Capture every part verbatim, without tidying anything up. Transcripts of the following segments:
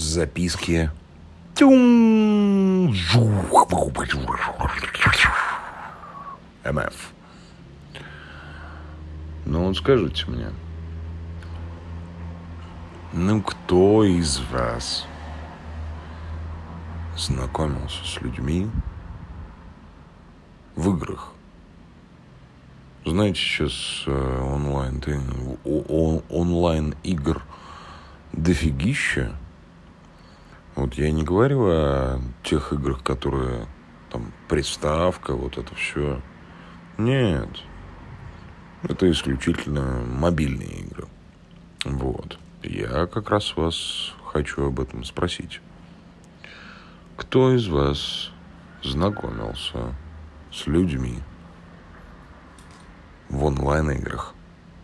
записки. Тюм. МФ. Ну вот скажите мне, ну кто из вас знакомился с людьми в играх? Знаете, сейчас онлайн, онлайн игр дофигища. Вот я не говорю о тех играх, которые там приставка, вот это все. Нет. Это исключительно мобильные игры. Вот. Я как раз вас хочу об этом спросить. Кто из вас знакомился с людьми в онлайн-играх?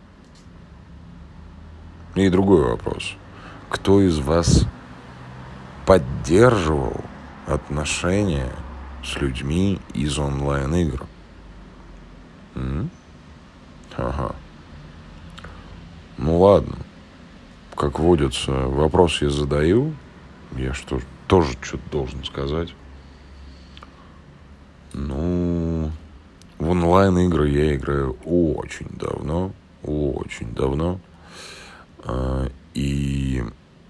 И другой вопрос. Кто из вас поддерживал отношения с людьми из онлайн-игр? М? Ага. Ну ладно. Как водится, вопрос я задаю. Я что, тоже что-то должен сказать. Ну, в онлайн-игры я играю очень давно. Очень давно. И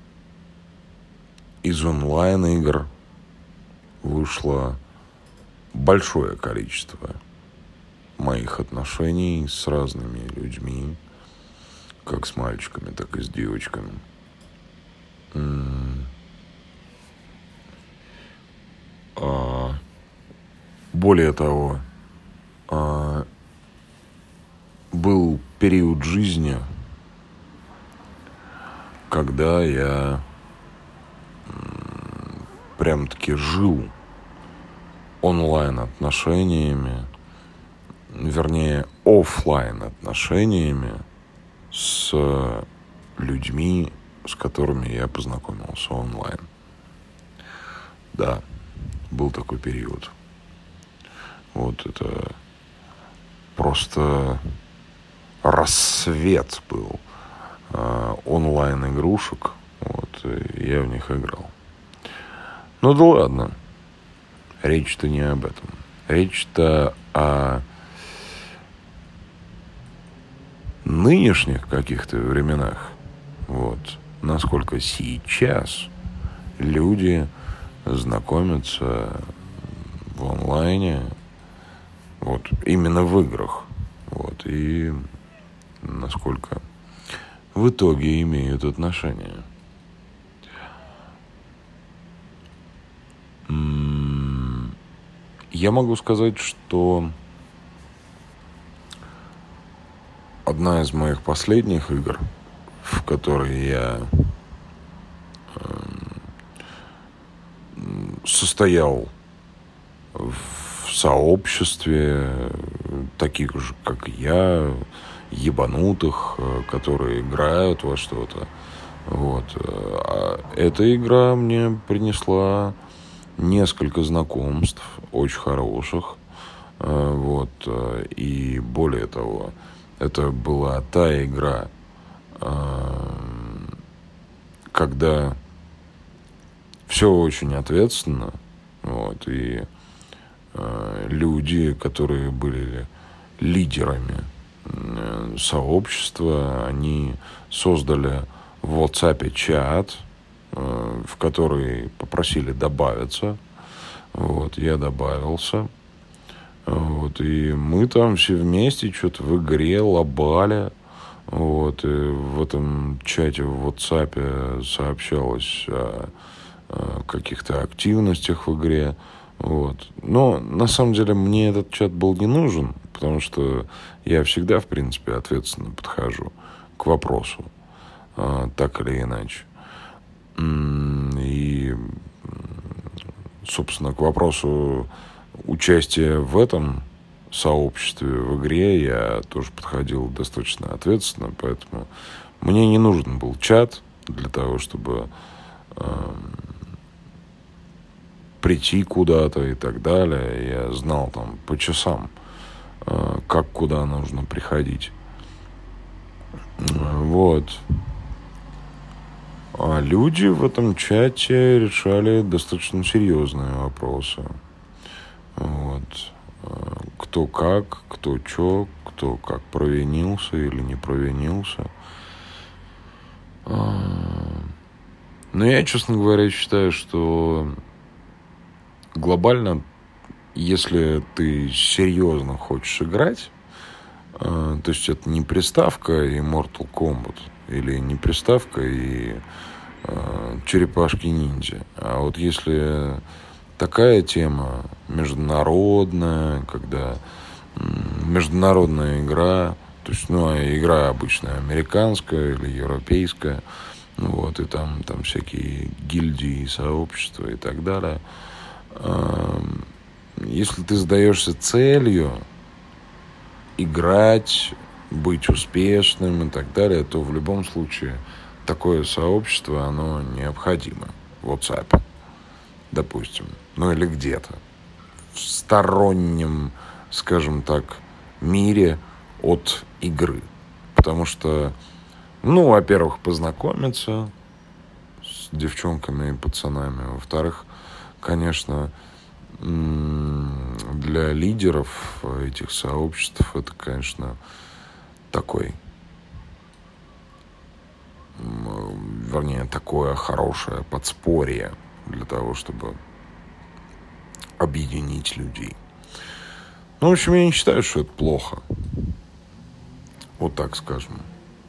из онлайн-игр вышло большое количество моих отношений с разными людьми, как с мальчиками, так и с девочками. А, более того, а, был период жизни, когда я прям-таки жил онлайн-отношениями, вернее, офлайн-отношениями с людьми, с которыми я познакомился онлайн. Да, был такой период. Вот это просто рассвет был э, онлайн-игрушек. Вот, и я в них играл. Ну да ладно. Речь-то не об этом. Речь-то о нынешних каких-то временах. Вот. Насколько сейчас люди знакомятся в онлайне, вот, именно в играх. Вот, и насколько в итоге имеют отношения. Я могу сказать, что одна из моих последних игр, в которой я э, состоял в сообществе таких же, как я, ебанутых, которые играют во что-то. Вот. А эта игра мне принесла несколько знакомств, очень хороших. Вот. И более того, это была та игра, когда все очень ответственно. Вот. И люди, которые были лидерами сообщества, они создали в WhatsApp чат, в который попросили добавиться. Вот, я добавился. Вот, и мы там все вместе что-то в игре лобали. Вот, и в этом чате в WhatsApp сообщалось о, о каких-то активностях в игре. Вот. Но на самом деле мне этот чат был не нужен, потому что я всегда, в принципе, ответственно подхожу к вопросу, так или иначе. И, собственно, к вопросу участия в этом сообществе, в игре, я тоже подходил достаточно ответственно, поэтому мне не нужен был чат для того, чтобы э, прийти куда-то и так далее. Я знал там по часам, э, как куда нужно приходить. Вот. А люди в этом чате решали достаточно серьезные вопросы. Вот. Кто как, кто чё, кто как провинился или не провинился. Но я, честно говоря, считаю, что глобально, если ты серьезно хочешь играть, то есть это не приставка и Mortal Kombat, или не приставка и черепашки-ниндзя, а вот если такая тема международная, когда международная игра, то есть, ну, игра обычная американская или европейская, вот, и там, там всякие гильдии, сообщества и так далее. Если ты задаешься целью играть, быть успешным и так далее, то в любом случае такое сообщество, оно необходимо. В WhatsApp, допустим, ну или где-то в стороннем, скажем так, мире от игры. Потому что, ну, во-первых, познакомиться с девчонками и пацанами. Во-вторых, конечно, для лидеров этих сообществ это, конечно, такой, вернее, такое хорошее подспорье для того, чтобы объединить людей. Ну, в общем, я не считаю, что это плохо. Вот так скажем.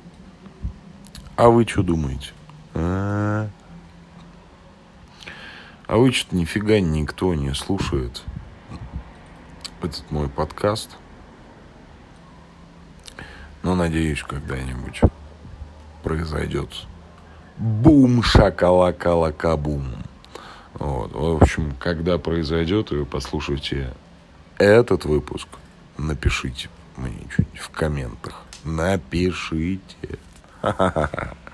А вы что думаете? А, а вы что-то нифига никто не слушает этот мой подкаст. Но, надеюсь, когда-нибудь произойдет бум-шакалака-лака-бум. Вот. В общем, когда произойдет, и вы послушаете этот выпуск, напишите мне что-нибудь в комментах. Напишите. Ха-ха-ха.